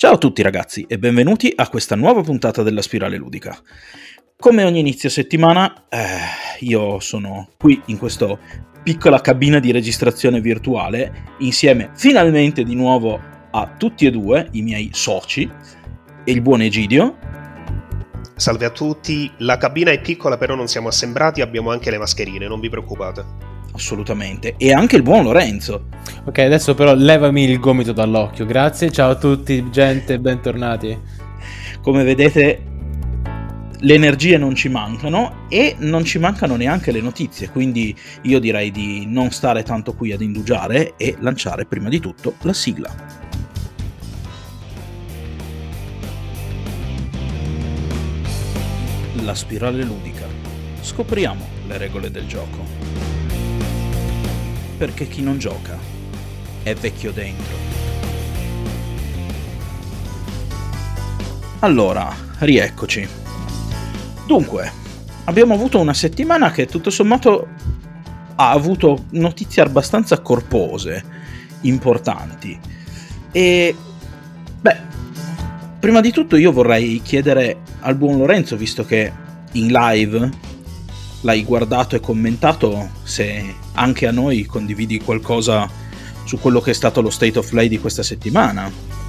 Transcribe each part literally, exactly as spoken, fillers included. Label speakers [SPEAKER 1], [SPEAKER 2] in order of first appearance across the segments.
[SPEAKER 1] Ciao a tutti ragazzi e benvenuti a questa nuova puntata della Spirale Ludica. Come ogni inizio settimana, eh, io sono qui in questa piccola cabina di registrazione virtuale insieme finalmente di nuovo a tutti e due i miei soci e il buon Egidio.
[SPEAKER 2] Salve a tutti, la cabina è piccola però non siamo assembrati, abbiamo anche le mascherine, non vi preoccupate.
[SPEAKER 1] Assolutamente, e anche il buon Lorenzo.
[SPEAKER 3] Ok, adesso però levami il gomito dall'occhio, grazie, ciao a tutti gente, bentornati.
[SPEAKER 1] Come vedete le energie non ci mancano e non ci mancano neanche le notizie, quindi io direi di non stare tanto qui ad indugiare e lanciare prima di tutto la sigla. La Spirale Ludica. Scopriamo le regole del gioco. Perché chi non gioca è vecchio dentro. Allora, rieccoci. Dunque, abbiamo avuto una settimana che tutto sommato ha avuto notizie abbastanza corpose, importanti. E, beh, prima di tutto io vorrei chiedere al buon Lorenzo, visto che in live l'hai guardato e commentato, se anche a noi condividi qualcosa su quello che è stato lo State of Play di questa settimana.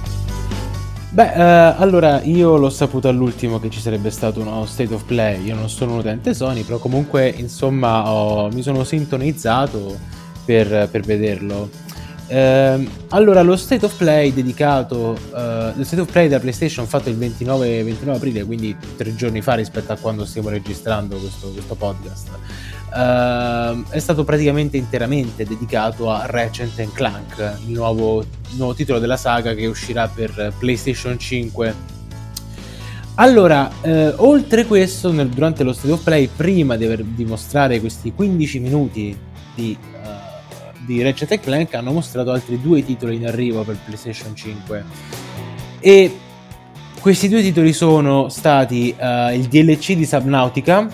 [SPEAKER 3] Beh, eh, allora io l'ho saputo all'ultimo che ci sarebbe stato uno State of Play, io non sono un utente Sony, però comunque insomma ho, mi sono sintonizzato per, per vederlo. Eh, allora lo State of Play dedicato, eh, lo State of Play della PlayStation fatto il ventinove, ventinove aprile, quindi tre giorni fa rispetto a quando stiamo registrando questo, questo podcast, eh, è stato praticamente interamente dedicato a Ratchet and Clank, il nuovo, il nuovo titolo della saga che uscirà per PlayStation cinque. Allora, eh, oltre questo, nel, durante lo State of Play, prima di aver dimostrare questi quindici minuti di di Ratchet and Clank, hanno mostrato altri due titoli in arrivo per PlayStation cinque e questi due titoli sono stati uh, il D L C di Subnautica,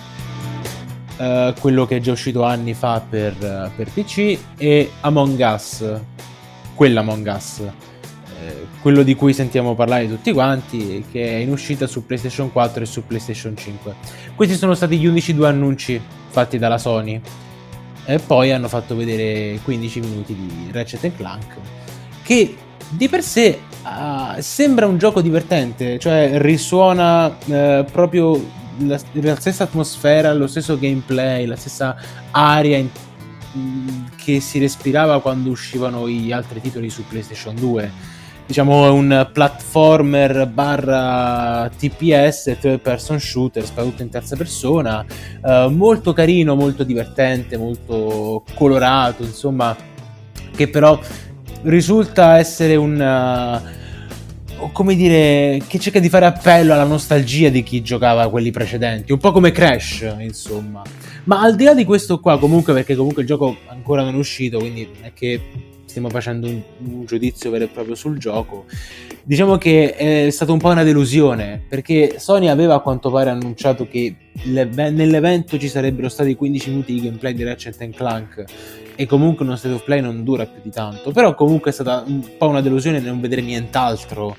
[SPEAKER 3] uh, quello che è già uscito anni fa per, uh, per P C, e Among Us, quella Among Us, eh, quello di cui sentiamo parlare tutti quanti, che è in uscita su PlayStation quattro e su PlayStation cinque. Questi sono stati gli unici due annunci fatti dalla Sony. E poi hanno fatto vedere quindici minuti di Ratchet and Clank, che di per sé uh, sembra un gioco divertente, cioè risuona uh, proprio la, la stessa atmosfera, lo stesso gameplay, la stessa aria in, mh, che si respirava quando uscivano gli altri titoli su PlayStation due. Diciamo è un platformer barra T P S, third person shooter, soprattutto in terza persona, eh, molto carino, molto divertente, molto colorato, insomma, che però risulta essere un, uh, come dire, che cerca di fare appello alla nostalgia di chi giocava quelli precedenti, un po' come Crash, insomma. Ma al di là di questo qua, comunque, perché comunque il gioco ancora non è uscito, quindi non è che stiamo facendo un, un giudizio vero e proprio sul gioco, diciamo che è stata un po' una delusione, perché Sony aveva a quanto pare annunciato che nell'evento ci sarebbero stati quindici minuti di gameplay di Ratchet and Clank e comunque uno State of Play non dura più di tanto, però comunque è stata un po' una delusione non vedere nient'altro.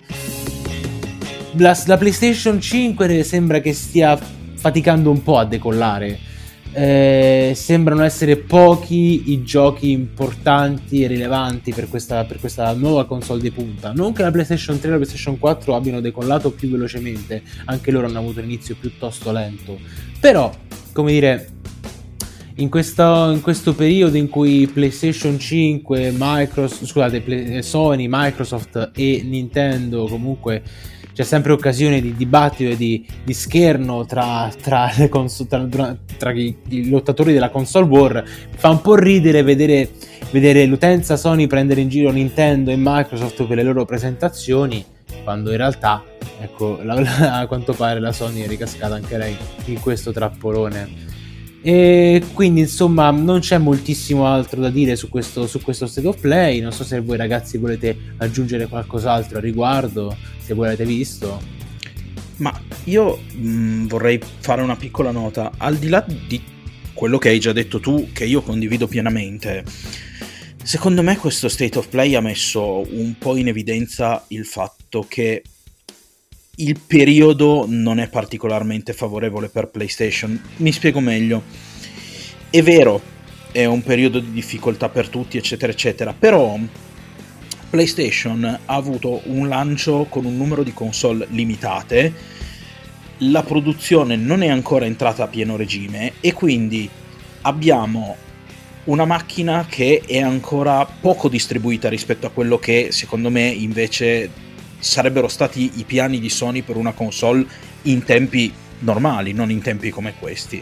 [SPEAKER 3] La, la PlayStation cinque sembra che stia faticando un po' a decollare. Eh, sembrano essere pochi i giochi importanti e rilevanti per questa, per questa nuova console di punta. Non che la PlayStation tre e la PlayStation quattro abbiano decollato più velocemente, anche loro hanno avuto un inizio piuttosto lento, però come dire, in questo, in questo periodo in cui PlayStation cinque, Microsoft, scusate, Sony, Microsoft e Nintendo comunque c'è sempre occasione di dibattito e di, di scherno tra, tra, le cons- tra, tra, tra i, i lottatori della console war, fa un po' ridere vedere, vedere l'utenza Sony prendere in giro Nintendo e Microsoft per le loro presentazioni, quando in realtà, ecco, la, la, a quanto pare la Sony è ricascata anche lei in questo trappolone. E quindi insomma non c'è moltissimo altro da dire su questo, su questo State of Play. Non so se voi ragazzi volete aggiungere qualcos'altro a riguardo, se voi l'avete visto.
[SPEAKER 1] Ma io mh, vorrei fare una piccola nota, al di là di quello che hai già detto tu, che io condivido pienamente. Secondo me questo State of Play ha messo un po' in evidenza il fatto che il periodo non è particolarmente favorevole per PlayStation. Mi spiego meglio. È vero, è un periodo di difficoltà per tutti, eccetera, eccetera, però PlayStation ha avuto un lancio con un numero di console limitate, la produzione non è ancora entrata a pieno regime e quindi abbiamo una macchina che è ancora poco distribuita rispetto a quello che secondo me invece sarebbero stati i piani di Sony per una console in tempi normali, non in tempi come questi.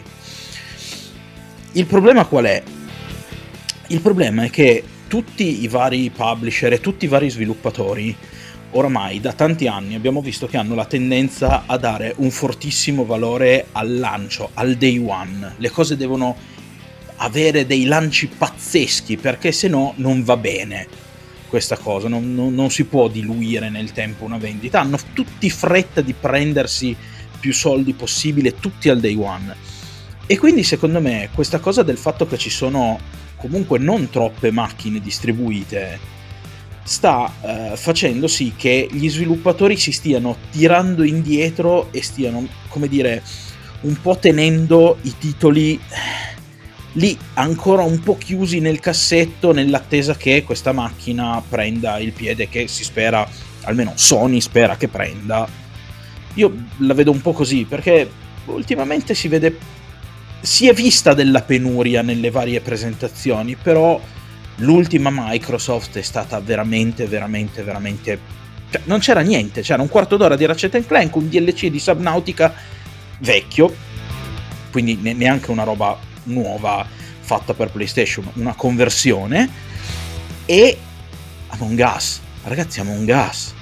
[SPEAKER 1] Il problema qual è? Il problema è che tutti i vari publisher e tutti i vari sviluppatori oramai da tanti anni abbiamo visto che hanno la tendenza a dare un fortissimo valore al lancio, al day one. Le cose devono avere dei lanci pazzeschi, perché se no non va bene questa cosa, non, non, non si può diluire nel tempo una vendita. Hanno tutti fretta di prendersi più soldi possibile, tutti al day one. E quindi secondo me questa cosa del fatto che ci sono comunque non troppe macchine distribuite sta eh, facendo sì che gli sviluppatori si stiano tirando indietro e stiano, come dire, un po' tenendo i titoli lì ancora un po' chiusi nel cassetto, nell'attesa che questa macchina prenda il piede che si spera, almeno Sony spera che prenda. Io la vedo un po' così, perché ultimamente si vede, si è vista della penuria nelle varie presentazioni, però l'ultima Microsoft è stata veramente, veramente, veramente, cioè, non c'era niente, c'era un quarto d'ora di Ratchet and Clank, un D L C di Subnautica vecchio, quindi neanche una roba nuova fatta per PlayStation, una conversione, e Among Us, ragazzi, Among Us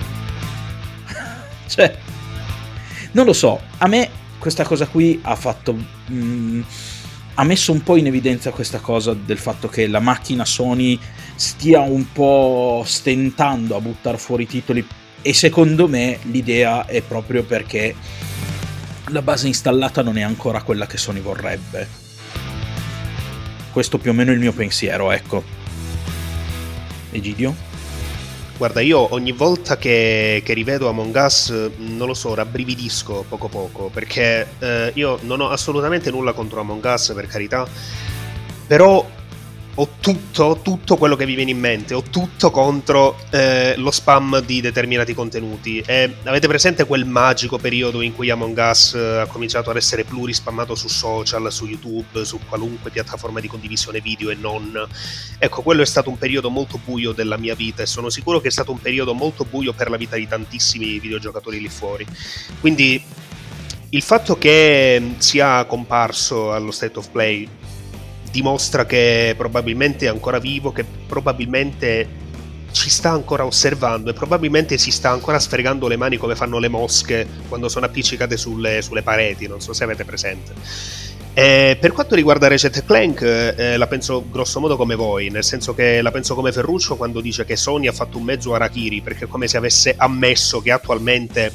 [SPEAKER 1] cioè non lo so, a me questa cosa qui ha fatto mh, ha messo un po' in evidenza questa cosa del fatto che la macchina Sony stia un po' stentando a buttare fuori titoli, e secondo me l'idea è proprio perché la base installata non è ancora quella che Sony vorrebbe. Questo più o meno è il mio pensiero, ecco. Egidio?
[SPEAKER 2] Guarda, io ogni volta che, che rivedo Among Us, non lo so, rabbrividisco poco poco, perché eh, io non ho assolutamente nulla contro Among Us, per carità, però ho tutto, tutto quello che vi viene in mente, ho tutto contro eh, lo spam di determinati contenuti. E avete presente quel magico periodo in cui Among Us ha cominciato ad essere plurispammato su social, su YouTube, su qualunque piattaforma di condivisione video e non? Ecco, quello è stato un periodo molto buio della mia vita, e sono sicuro che è stato un periodo molto buio per la vita di tantissimi videogiocatori lì fuori. Quindi il fatto che sia comparso allo State of Play dimostra che probabilmente è ancora vivo, che probabilmente ci sta ancora osservando e probabilmente si sta ancora sfregando le mani come fanno le mosche quando sono appiccicate sulle, sulle pareti, non so se avete presente. E per quanto riguarda Ratchet Clank, eh, la penso grosso modo come voi, nel senso che la penso come Ferruccio quando dice che Sony ha fatto un mezzo harakiri, perché è come se avesse ammesso che attualmente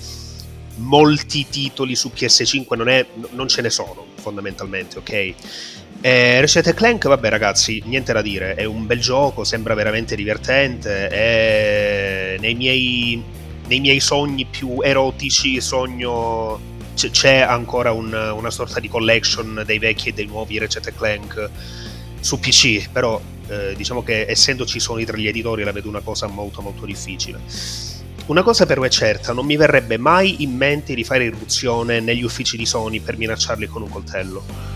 [SPEAKER 2] molti titoli su P S cinque non, è, non ce ne sono fondamentalmente, ok? Eh, Ratchet Clank, vabbè ragazzi, niente da dire, è un bel gioco, sembra veramente divertente, è... nei miei nei miei sogni più erotici sogno c- c'è ancora un, una sorta di collection dei vecchi e dei nuovi Ratchet Clank su P C, però eh, diciamo che essendoci Sony tra gli editori la vedo una cosa molto molto difficile. Una cosa però è certa, non mi verrebbe mai in mente di fare irruzione negli uffici di Sony per minacciarli con un coltello.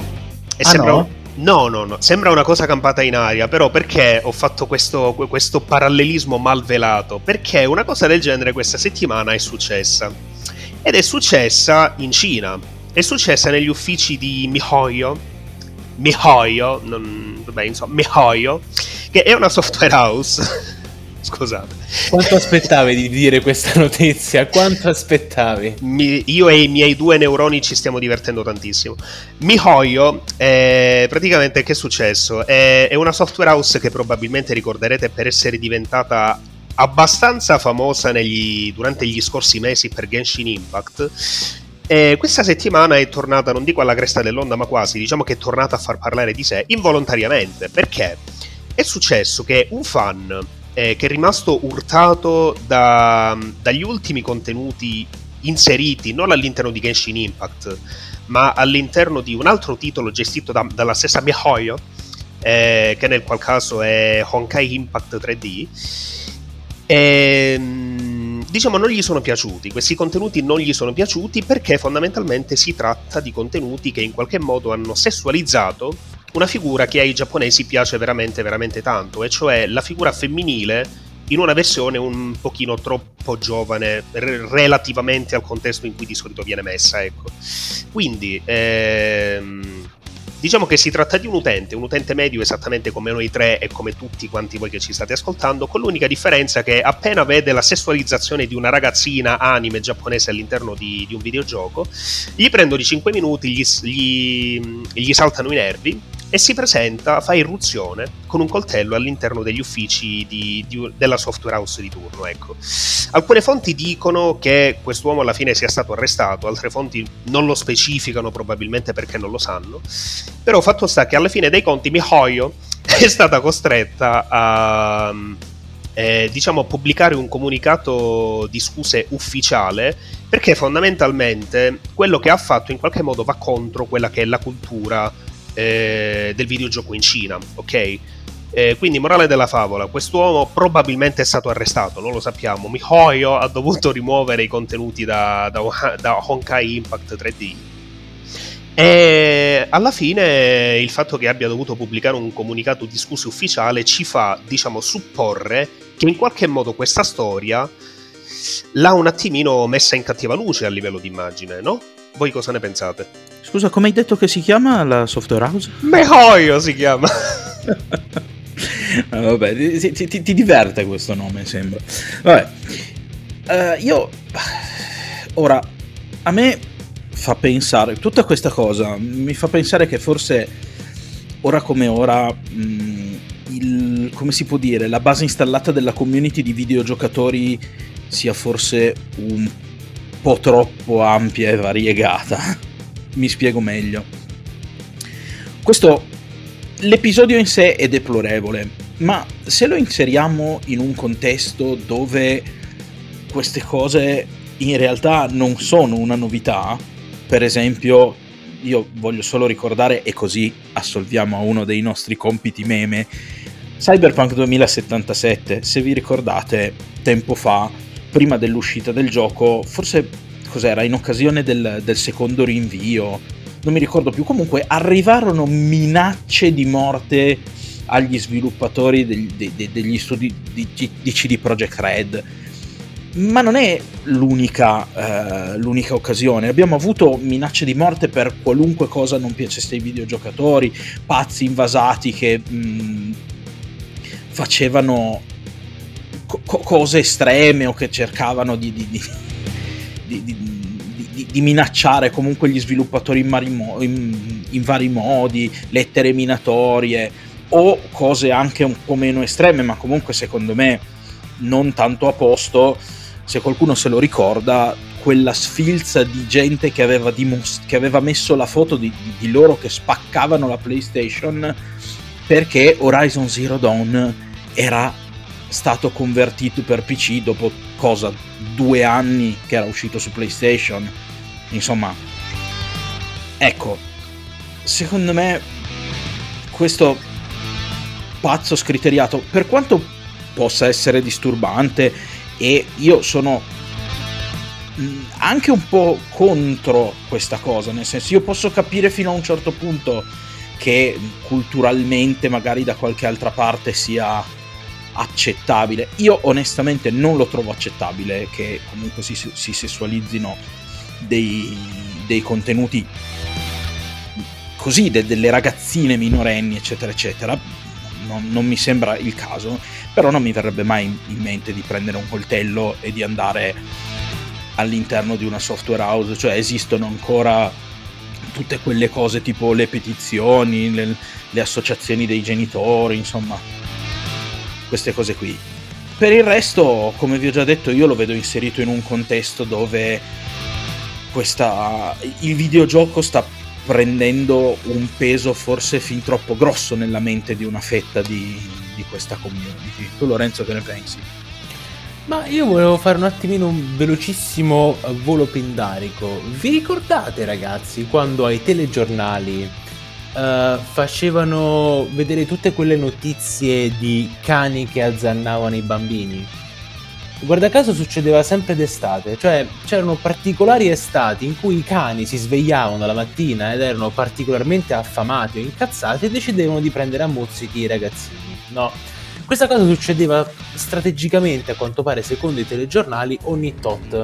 [SPEAKER 2] E
[SPEAKER 1] ah
[SPEAKER 2] sembra
[SPEAKER 1] no?
[SPEAKER 2] Un... no, no, no, sembra una cosa campata in aria, però perché ho fatto questo, questo parallelismo mal velato? Perché una cosa del genere questa settimana è successa. Ed è successa in Cina. È successa negli uffici di MiHoYo. MiHoYo, non... vabbè, insomma, MiHoYo, che è una software house. Scusate.
[SPEAKER 3] Quanto aspettavi di dire questa notizia? Quanto aspettavi?
[SPEAKER 2] Mi, io e i miei due neuroni ci stiamo divertendo tantissimo. MiHoYo, eh, praticamente che è successo? È, è una software house che probabilmente ricorderete per essere diventata abbastanza famosa negli, durante gli scorsi mesi per Genshin Impact. E questa settimana è tornata, non dico alla cresta dell'onda, ma quasi, diciamo che è tornata a far parlare di sé involontariamente. Perché? è successo che un fan eh, che è rimasto urtato da, dagli ultimi contenuti inseriti non all'interno di Genshin Impact, ma all'interno di un altro titolo gestito da, dalla stessa miHoYo, eh, che nel qual caso è Honkai Impact tre D, e, diciamo non gli sono piaciuti, questi contenuti non gli sono piaciuti perché fondamentalmente si tratta di contenuti che in qualche modo hanno sessualizzato una figura che ai giapponesi piace veramente veramente tanto, e cioè la figura femminile in una versione un pochino troppo giovane r- relativamente al contesto in cui di solito viene messa, ecco. Quindi ehm, diciamo che si tratta di un utente, un utente medio esattamente come noi tre e come tutti quanti voi che ci state ascoltando, con l'unica differenza che appena vede la sessualizzazione di una ragazzina anime giapponese all'interno di, di un videogioco, gli prendono i cinque minuti, gli, gli, gli saltano i nervi e si presenta, fa irruzione con un coltello all'interno degli uffici di, di, della software house di turno, ecco. Alcune fonti dicono che quest'uomo alla fine sia stato arrestato, altre fonti non lo specificano, probabilmente perché non lo sanno, però fatto sta che alla fine dei conti miHoYo è stata costretta a eh, diciamo pubblicare un comunicato di scuse ufficiale, perché fondamentalmente quello che ha fatto in qualche modo va contro quella che è la cultura Eh, del videogioco in Cina, ok? Eh, quindi morale della favola, quest'uomo probabilmente è stato arrestato, non lo sappiamo. miHoYo ha dovuto rimuovere i contenuti da, da, da Honkai Impact tre D, e alla fine il fatto che abbia dovuto pubblicare un comunicato di scuse ufficiale ci fa, diciamo, supporre che in qualche modo questa storia l'ha un attimino messa in cattiva luce a livello di immagine, no? Voi cosa ne pensate?
[SPEAKER 1] Scusa, come hai detto che si chiama la software house?
[SPEAKER 2] miHoYo si chiama.
[SPEAKER 1] Ah, vabbè, ti, ti, ti diverte questo nome, sembra. Vabbè, uh, io ora a me fa pensare, tutta questa cosa mi fa pensare che forse ora come ora mh, il, come si può dire, la base installata della community di videogiocatori sia forse un po' troppo ampia e variegata. Mi spiego meglio. Questo, l'episodio in sé è deplorevole, ma se lo inseriamo in un contesto dove queste cose in realtà non sono una novità, per esempio, io voglio solo ricordare, e così assolviamo a uno dei nostri compiti meme, Cyberpunk duemilasettantasette, se vi ricordate, tempo fa, prima dell'uscita del gioco, forse cos'era, in occasione del, del secondo rinvio, non mi ricordo più, comunque arrivarono minacce di morte agli sviluppatori degli, de, de, degli studi di, di C D Projekt Red, ma non è l'unica, eh, l'unica occasione. Abbiamo avuto minacce di morte per qualunque cosa non piacesse ai videogiocatori, pazzi invasati che mh, facevano co- cose estreme o che cercavano di, di, di Di, di, di, di minacciare comunque gli sviluppatori in, marimo, in, in vari modi, lettere minatorie o cose anche un po' meno estreme, ma comunque secondo me non tanto a posto. Se qualcuno se lo ricorda, quella sfilza di gente che aveva, dimost- che aveva messo la foto di, di, di loro che spaccavano la PlayStation perché Horizon Zero Dawn era stato convertito per P C dopo cosa due anni che era uscito su PlayStation. Insomma, ecco, secondo me questo pazzo scriteriato, per quanto possa essere disturbante, e io sono anche un po' contro questa cosa, nel senso, io posso capire fino a un certo punto che culturalmente magari da qualche altra parte sia accettabile. Io onestamente non lo trovo accettabile che comunque si, si sessualizzino dei, dei contenuti così, de, delle ragazzine minorenni eccetera eccetera. Non, non mi sembra il caso, però non mi verrebbe mai in, in mente di prendere un coltello e di andare all'interno di una software house. Cioè esistono ancora tutte quelle cose tipo le petizioni, le, le associazioni dei genitori, insomma queste cose qui. Per il resto, come vi ho già detto, io lo vedo inserito in un contesto dove questa il videogioco sta prendendo un peso forse fin troppo grosso nella mente di una fetta di, di questa community. Tu, Lorenzo, che ne pensi?
[SPEAKER 3] Ma io volevo fare un attimino un velocissimo volo pindarico. Vi ricordate, ragazzi, quando ai telegiornali uh, facevano vedere tutte quelle notizie di cani che azzannavano i bambini? Guarda caso succedeva sempre d'estate, cioè c'erano particolari estati in cui i cani si svegliavano la mattina ed erano particolarmente affamati o incazzati e decidevano di prendere a mozzichi i ragazzini, no? Questa cosa succedeva strategicamente, a quanto pare, secondo i telegiornali, ogni tot.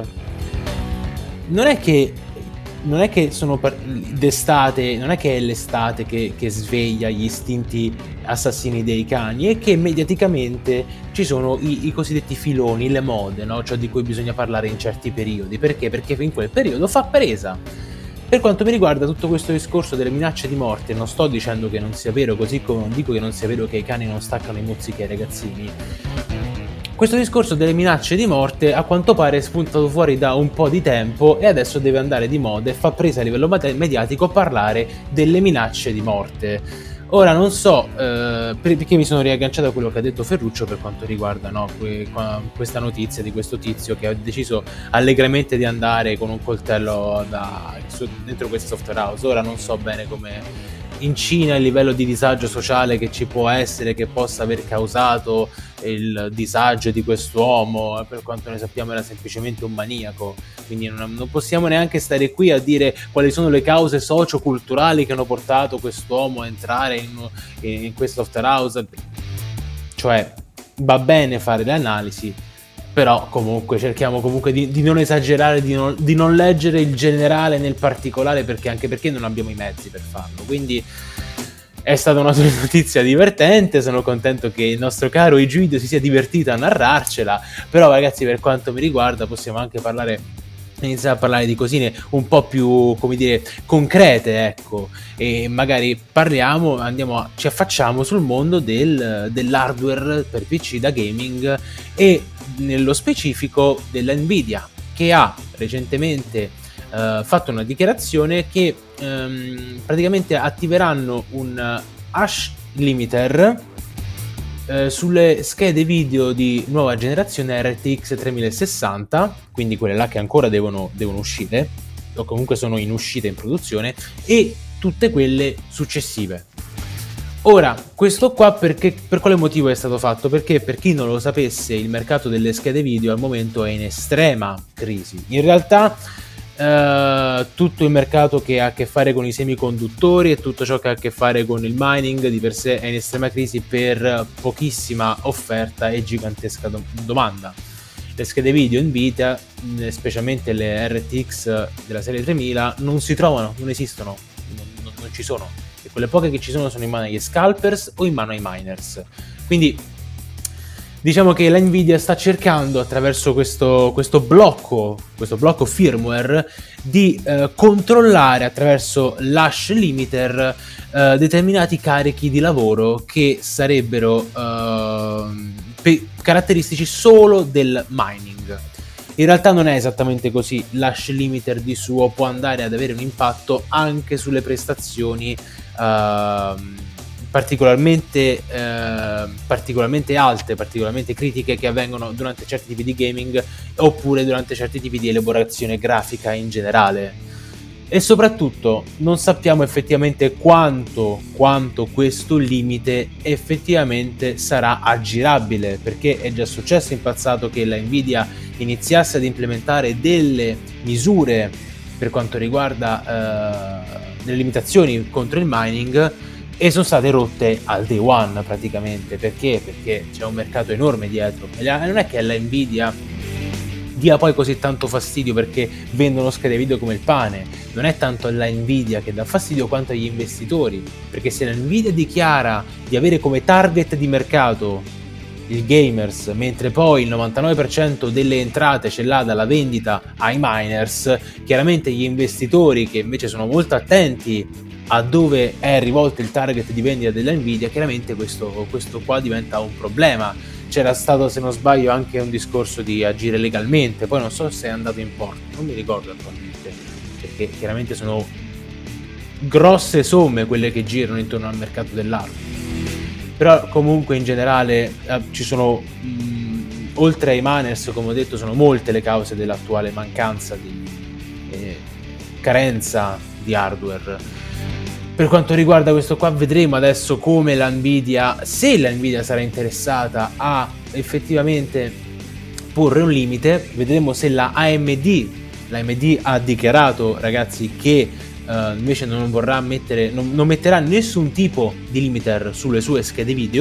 [SPEAKER 3] Non è che non è che sono par- d'estate, non è che è l'estate che, che sveglia gli istinti assassini dei cani, è che mediaticamente ci sono i, i cosiddetti filoni, le mode, no? Cioè di cui bisogna parlare in certi periodi. Perché? Perché in quel periodo fa presa. Per quanto mi riguarda, tutto questo discorso delle minacce di morte, non sto dicendo che non sia vero, così come non dico che non sia vero che i cani non staccano i mozzichi ai ragazzini. Questo discorso delle minacce di morte a quanto pare è spuntato fuori da un po' di tempo e adesso deve andare di moda e fa presa a livello mediatico a parlare delle minacce di morte. Ora non so, eh, perché mi sono riagganciato a quello che ha detto Ferruccio per quanto riguarda, no, que- questa notizia di questo tizio che ha deciso allegramente di andare con un coltello da, dentro questa software house. Ora non so bene come in Cina il livello di disagio sociale che ci può essere, che possa aver causato il disagio di quest'uomo, per quanto ne sappiamo era semplicemente un maniaco, quindi non, non possiamo neanche stare qui a dire quali sono le cause socio-culturali che hanno portato quest'uomo a entrare in, in questa software house. Cioè va bene fare le analisi, però comunque cerchiamo comunque di, di non esagerare, di non, di non leggere il generale nel particolare, perché anche perché non abbiamo i mezzi per farlo. Quindi è stata una notizia divertente, sono contento che il nostro caro Egidio si sia divertito a narrarcela, però ragazzi, per quanto mi riguarda possiamo anche parlare iniziare a parlare di cosine un po' più, come dire, concrete, ecco, e magari parliamo, andiamo a, ci affacciamo sul mondo del, dell'hardware per P C da gaming e nello specifico della Nvidia, che ha recentemente uh, fatto una dichiarazione che um, praticamente attiveranno un hash limiter Uh, sulle schede video di nuova generazione R T X tremila sessanta, quindi quelle là che ancora devono, devono uscire, o comunque sono in uscita in produzione, e tutte quelle successive. Ora, questo qua perché, per quale motivo è stato fatto? Perché, per chi non lo sapesse, il mercato delle schede video al momento è in estrema crisi. In realtà Uh, tutto il mercato che ha a che fare con i semiconduttori e tutto ciò che ha a che fare con il mining di per sé è in estrema crisi per pochissima offerta e gigantesca do- domanda. Le schede video Nvidia, specialmente le R T X della serie tremila, non si trovano, non esistono, non, non, non ci sono, e quelle poche che ci sono sono in mano agli scalpers o in mano ai miners. Quindi diciamo che la Nvidia sta cercando, attraverso questo, questo blocco, questo blocco firmware, di eh, controllare attraverso l'hash limiter eh, determinati carichi di lavoro che sarebbero eh, pe- caratteristici solo del mining. In realtà non è esattamente così, l'hash limiter di suo può andare ad avere un impatto anche sulle prestazioni eh, particolarmente eh, particolarmente alte, particolarmente critiche che avvengono durante certi tipi di gaming oppure durante certi tipi di elaborazione grafica in generale. E soprattutto non sappiamo effettivamente quanto quanto questo limite effettivamente sarà aggirabile, perché è già successo in passato che la Nvidia iniziasse ad implementare delle misure per quanto riguarda eh, delle limitazioni contro il mining, e sono state rotte al day one praticamente. Perché? Perché c'è un mercato enorme dietro, e non è che la Nvidia dia poi così tanto fastidio perché vendono schede video come il pane, non è tanto la Nvidia che dà fastidio quanto agli investitori, perché se la Nvidia dichiara di avere come target di mercato il gamers, mentre poi il novantanove per cento delle entrate ce l'ha dalla vendita ai miners, chiaramente gli investitori, che invece sono molto attenti a dove è rivolto il target di vendita della Nvidia, chiaramente questo, questo qua diventa un problema. C'era stato, se non sbaglio, anche un discorso di agire legalmente, poi non so se è andato in porto, non mi ricordo attualmente, perché chiaramente sono grosse somme quelle che girano intorno al mercato dell'hardware. Però comunque in generale eh, ci sono mh, oltre ai miners, come ho detto, sono molte le cause dell'attuale mancanza di eh, carenza di hardware. Per quanto riguarda questo qua, vedremo adesso come la Nvidia, se la Nvidia sarà interessata a effettivamente porre un limite. Vedremo se la A M D la A M D ha dichiarato, ragazzi, che Uh, invece non vorrà mettere, non, non metterà nessun tipo di limiter sulle sue schede video.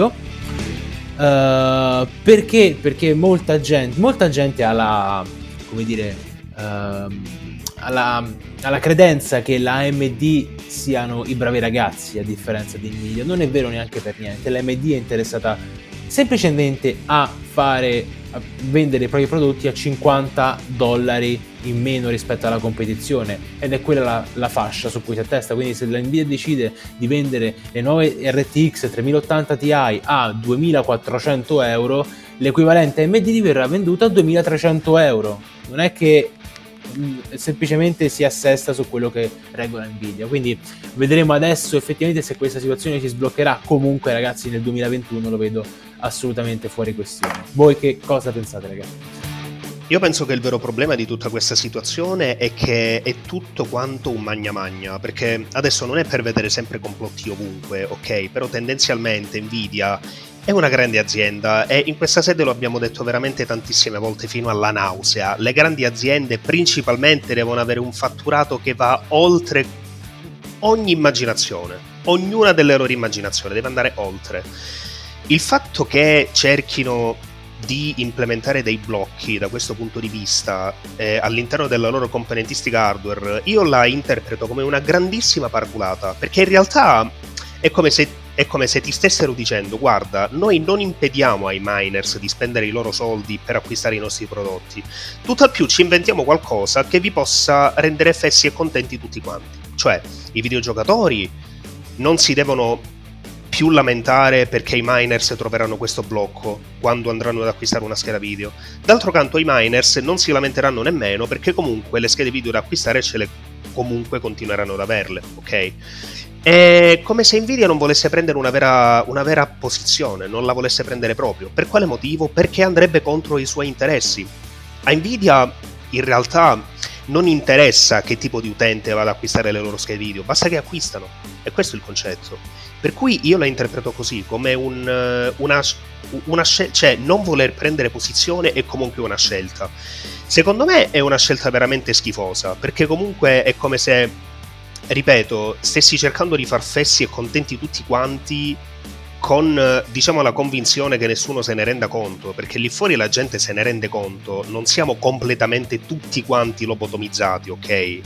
[SPEAKER 3] Uh, perché? Perché molta gente, molta gente ha la, come dire, uh, ha la, ha la credenza che la A M D siano i bravi ragazzi, a differenza di Nvidia. Non è vero neanche per niente. La A M D è interessata semplicemente a fare, a vendere i propri prodotti a cinquanta dollari in meno rispetto alla competizione, ed è quella la, la fascia su cui si attesta. Quindi se la Nvidia decide di vendere le nuove R T X tremila ottanta Ti a duemilaquattrocento euro, l'equivalente A M D verrà venduta a duemilatrecento euro. Non è che mh, semplicemente si assesta su quello che regola Nvidia. Quindi vedremo adesso effettivamente se questa situazione si sbloccherà. Comunque, ragazzi, nel duemilaventuno lo vedo assolutamente fuori questione. Voi che cosa pensate, ragazzi?
[SPEAKER 2] Io penso che il vero problema di tutta questa situazione è che è tutto quanto un magna magna, perché adesso non è per vedere sempre complotti ovunque, ok? Però tendenzialmente Nvidia è una grande azienda e in questa sede lo abbiamo detto veramente tantissime volte fino alla nausea. Le grandi aziende principalmente devono avere un fatturato che va oltre ogni immaginazione, ognuna delle loro immaginazioni deve andare oltre. Il fatto che cerchino di implementare dei blocchi da questo punto di vista eh, all'interno della loro componentistica hardware, io la interpreto come una grandissima paraculata, perché in realtà è come se, è come se ti stessero dicendo: guarda, noi non impediamo ai miners di spendere i loro soldi per acquistare i nostri prodotti, tutt'al più ci inventiamo qualcosa che vi possa rendere fessi e contenti tutti quanti. Cioè, i videogiocatori non si devono più lamentare perché i miners troveranno questo blocco quando andranno ad acquistare una scheda video. D'altro canto i miners non si lamenteranno nemmeno, perché comunque le schede video da acquistare ce le comunque continueranno ad averle, ok? È come se Nvidia non volesse prendere una vera, una vera posizione, non la volesse prendere proprio. Per quale motivo? Perché andrebbe contro i suoi interessi. A Nvidia in realtà non interessa che tipo di utente vada ad acquistare le loro schede video, basta che acquistano, e questo è il concetto. Per cui io la interpreto così, come un, una, una scelta, cioè non voler prendere posizione è comunque una scelta. Secondo me è una scelta veramente schifosa, perché comunque è come se, ripeto, stessi cercando di far fessi e contenti tutti quanti con, diciamo, la convinzione che nessuno se ne renda conto, perché lì fuori la gente se ne rende conto, non siamo completamente tutti quanti lobotomizzati, ok?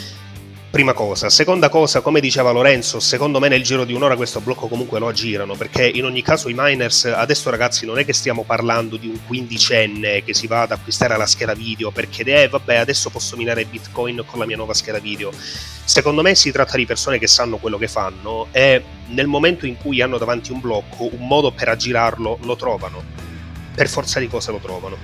[SPEAKER 2] Prima cosa. Seconda cosa, come diceva Lorenzo, secondo me nel giro di un'ora questo blocco comunque lo aggirano, perché in ogni caso i miners, adesso ragazzi non è che stiamo parlando di un quindicenne che si va ad acquistare la scheda video perché eh vabbè adesso posso minare Bitcoin con la mia nuova scheda video. Secondo me si tratta di persone che sanno quello che fanno e nel momento in cui hanno davanti un blocco, un modo per aggirarlo lo trovano, per forza di cose lo trovano.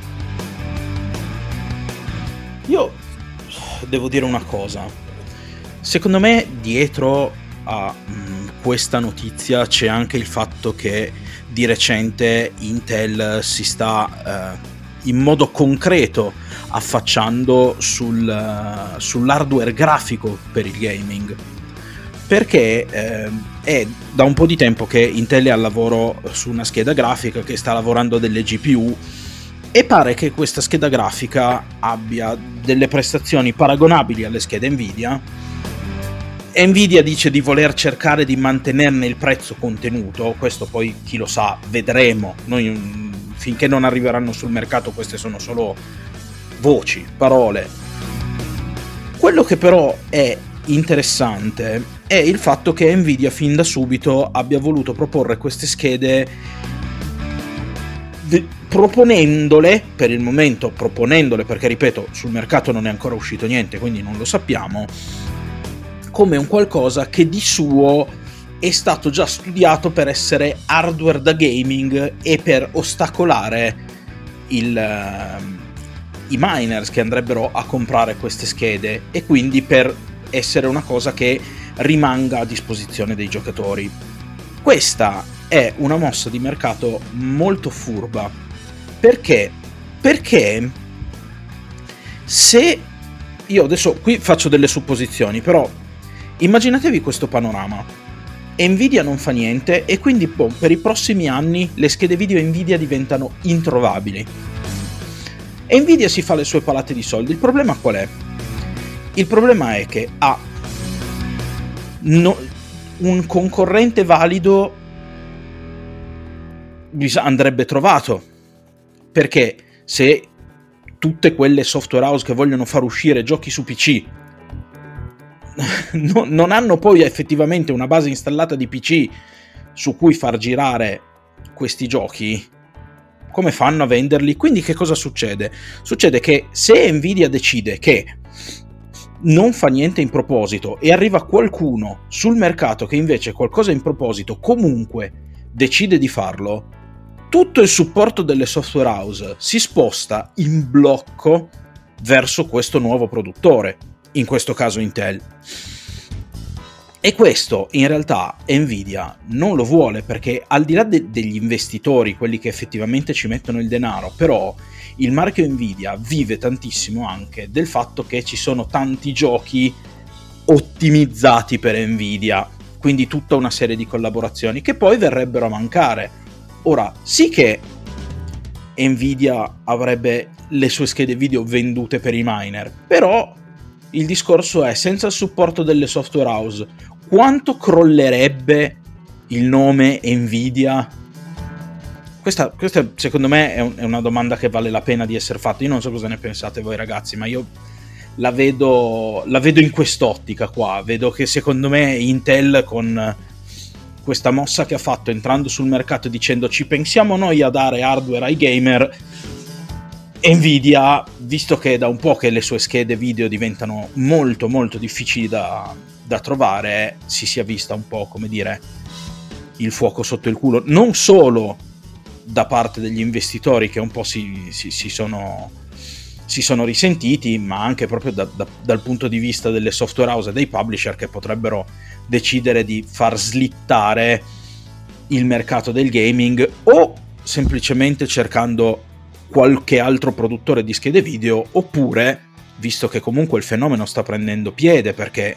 [SPEAKER 1] Io devo dire una cosa. Secondo me dietro a mh, questa notizia c'è anche il fatto che di recente Intel si sta eh, in modo concreto affacciando sul, uh, sull'hardware grafico per il gaming, perché eh, è da un po' di tempo che Intel è al lavoro su una scheda grafica che sta lavorando delle G P U e pare che questa scheda grafica abbia delle prestazioni paragonabili alle schede Nvidia. Nvidia dice di voler cercare di mantenerne il prezzo contenuto, questo poi chi lo sa, vedremo. Noi, finché non arriveranno sul mercato, queste sono solo voci, parole. Quello che però è interessante è il fatto che Nvidia fin da subito abbia voluto proporre queste schede de- proponendole, per il momento proponendole, perché ripeto, sul mercato non è ancora uscito niente, quindi non lo sappiamo, come un qualcosa che di suo è stato già studiato per essere hardware da gaming e per ostacolare il, uh, i miners che andrebbero a comprare queste schede, e quindi per essere una cosa che rimanga a disposizione dei giocatori. Questa è una mossa di mercato molto furba. Perché? Perché se io adesso qui faccio delle supposizioni, però immaginatevi questo panorama. Nvidia non fa niente e quindi boh, per i prossimi anni le schede video Nvidia diventano introvabili. Nvidia si fa le sue palate di soldi. Il problema qual è? Il problema è che ha no, un concorrente valido andrebbe trovato, perché se tutte quelle software house che vogliono far uscire giochi su P C no, non hanno poi effettivamente una base installata di P C su cui far girare questi giochi, come fanno a venderli? Quindi che cosa succede? Succede che se Nvidia decide che non fa niente in proposito e arriva qualcuno sul mercato che invece qualcosa in proposito comunque decide di farlo, tutto il supporto delle software house si sposta in blocco verso questo nuovo produttore, in questo caso Intel. E questo in realtà Nvidia non lo vuole, perché al di là de- degli investitori, quelli che effettivamente ci mettono il denaro, però il marchio Nvidia vive tantissimo anche del fatto che ci sono tanti giochi ottimizzati per Nvidia, quindi tutta una serie di collaborazioni che poi verrebbero a mancare. Ora, sì che Nvidia avrebbe le sue schede video vendute per i miner, però il discorso è, senza il supporto delle software house, quanto crollerebbe il nome Nvidia? Questa, questa secondo me è, un, è una domanda che vale la pena di essere fatta. Io non so cosa ne pensate voi ragazzi, ma io la vedo, la vedo in quest'ottica qua. Vedo che secondo me Intel, con questa mossa che ha fatto entrando sul mercato dicendo ci pensiamo noi a dare hardware ai gamer, Nvidia, visto che è da un po' che le sue schede video diventano molto molto difficili da, da trovare, si sia vista un po', come dire, il fuoco sotto il culo, non solo da parte degli investitori che un po' si, si, si, sono, si sono risentiti, ma anche proprio da, da, dal punto di vista delle software house e dei publisher, che potrebbero decidere di far slittare il mercato del gaming, o semplicemente cercando qualche altro produttore di schede video, oppure, visto che comunque il fenomeno sta prendendo piede, perché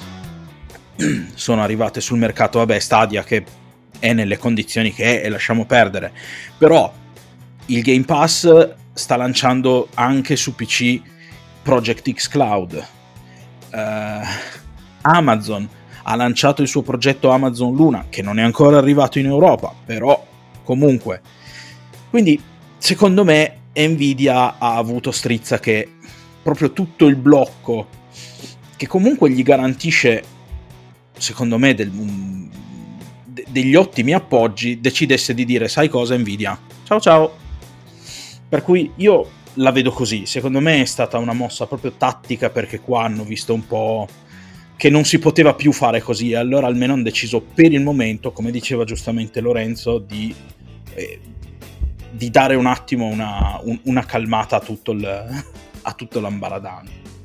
[SPEAKER 1] sono arrivate sul mercato, vabbè, Stadia che è nelle condizioni che è e lasciamo perdere, però il Game Pass sta lanciando anche su P C Project X Cloud, uh, Amazon ha lanciato il suo progetto Amazon Luna, che non è ancora arrivato in Europa, però comunque, quindi secondo me Nvidia ha avuto strizza che proprio tutto il blocco che comunque gli garantisce, secondo me, del, um, de- degli ottimi appoggi, decidesse di dire: sai cosa Nvidia? Ciao ciao. Per cui io la vedo così, secondo me è stata una mossa proprio tattica, perché qua hanno visto un po' che non si poteva più fare così, e allora almeno hanno deciso per il momento, come diceva giustamente Lorenzo, di... Eh, di dare un attimo una, un, una calmata a tutto, il, a tutto l'ambaradano.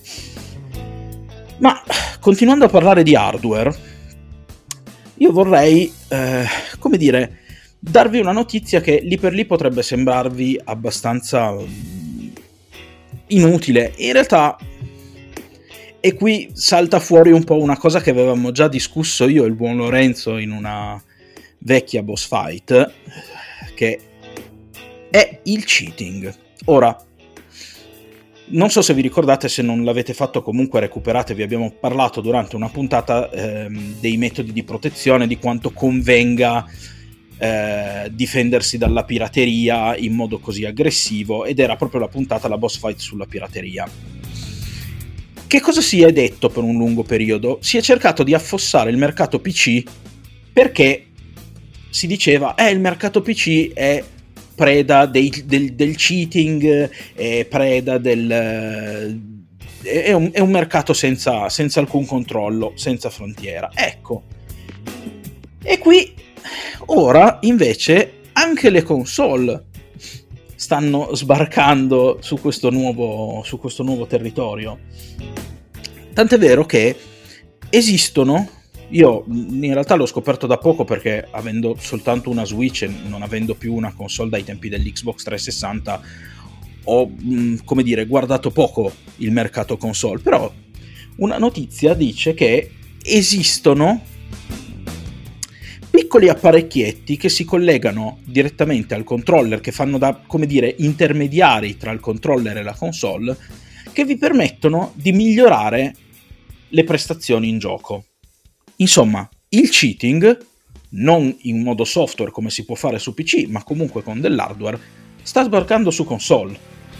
[SPEAKER 1] Ma continuando a parlare di hardware, io vorrei, eh, come dire, darvi una notizia che lì per lì potrebbe sembrarvi abbastanza inutile. In realtà, e qui salta fuori un po' una cosa che avevamo già discusso io e il buon Lorenzo in una vecchia boss fight, che è il cheating. Ora, non so se vi ricordate, se non l'avete fatto comunque recuperatevi, abbiamo parlato durante una puntata ehm, dei metodi di protezione, di quanto convenga eh, difendersi dalla pirateria in modo così aggressivo, ed era proprio la puntata, la boss fight sulla pirateria. Che cosa si è detto per un lungo periodo? Si è cercato di affossare il mercato P C, perché si diceva eh il mercato P C è preda dei, del, del cheating, è preda del... è un, è un mercato senza, senza alcun controllo, senza frontiera. Ecco. E qui, ora, invece, anche le console stanno sbarcando su questo nuovo, su questo nuovo territorio. Tant'è vero che esistono Io in realtà l'ho scoperto da poco, perché avendo soltanto una Switch e non avendo più una console dai tempi dell'Xbox trecentosessanta, ho, come dire, guardato poco il mercato console. Però una notizia dice che esistono piccoli apparecchietti che si collegano direttamente al controller, che fanno da, come dire, intermediari tra il controller e la console, che vi permettono di migliorare le prestazioni in gioco. Insomma, il cheating, non in modo software come si può fare su P C, ma comunque con dell'hardware, sta sbarcando su console.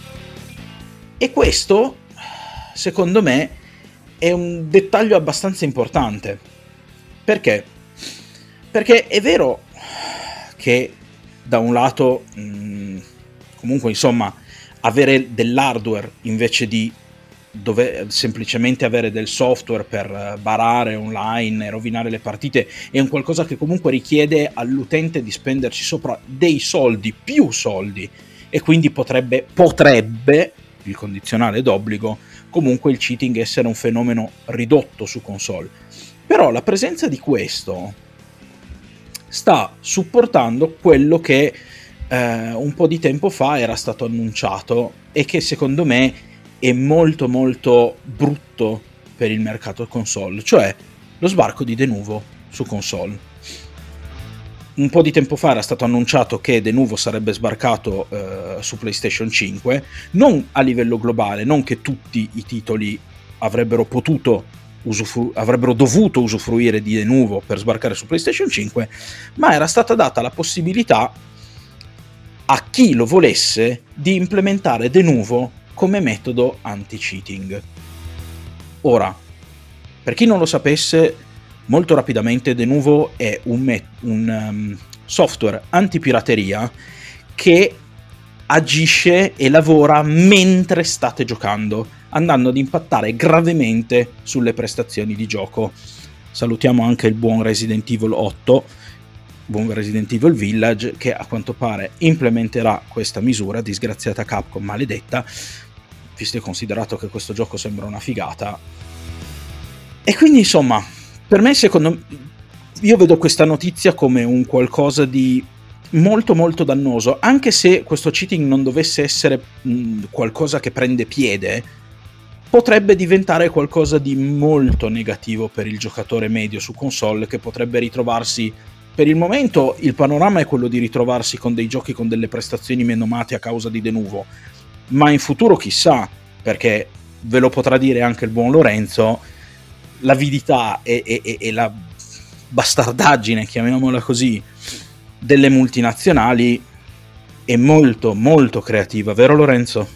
[SPEAKER 1] E questo, secondo me, è un dettaglio abbastanza importante. Perché? Perché è vero che da un lato, mh, comunque insomma, avere dell'hardware invece di dover semplicemente avere del software per barare online e rovinare le partite è un qualcosa che comunque richiede all'utente di spenderci sopra dei soldi, più soldi, e quindi potrebbe, potrebbe, il condizionale d'obbligo, comunque il cheating essere un fenomeno ridotto su console. Però la presenza di questo sta supportando quello che eh, un po' di tempo fa era stato annunciato e che secondo me è molto molto brutto per il mercato console, cioè lo sbarco di Denuvo su console. Un po' di tempo fa era stato annunciato che Denuvo sarebbe sbarcato eh, su PlayStation cinque, non a livello globale, non che tutti i titoli avrebbero potuto usufru- avrebbero dovuto usufruire di Denuvo per sbarcare su PlayStation cinque, ma era stata data la possibilità a chi lo volesse di implementare Denuvo come metodo anti-cheating. Ora, per chi non lo sapesse, molto rapidamente, Denuvo è un, met- un um, software antipirateria che agisce e lavora mentre state giocando, andando ad impattare gravemente sulle prestazioni di gioco. Salutiamo anche il buon Resident Evil otto, buon Resident Evil Village, che a quanto pare implementerà questa misura, disgraziata Capcom maledetta, visto e considerato che questo gioco sembra una figata. E quindi insomma, per me, secondo io vedo questa notizia come un qualcosa di molto molto dannoso, anche se questo cheating non dovesse essere mh, qualcosa che prende piede, potrebbe diventare qualcosa di molto negativo per il giocatore medio su console, che potrebbe ritrovarsi, per il momento il panorama è quello di ritrovarsi con dei giochi con delle prestazioni menomate a causa di Denuvo, ma in futuro chissà, perché ve lo potrà dire anche il buon Lorenzo, l'avidità e, e, e la bastardaggine, chiamiamola così, delle multinazionali è molto molto creativa, vero Lorenzo?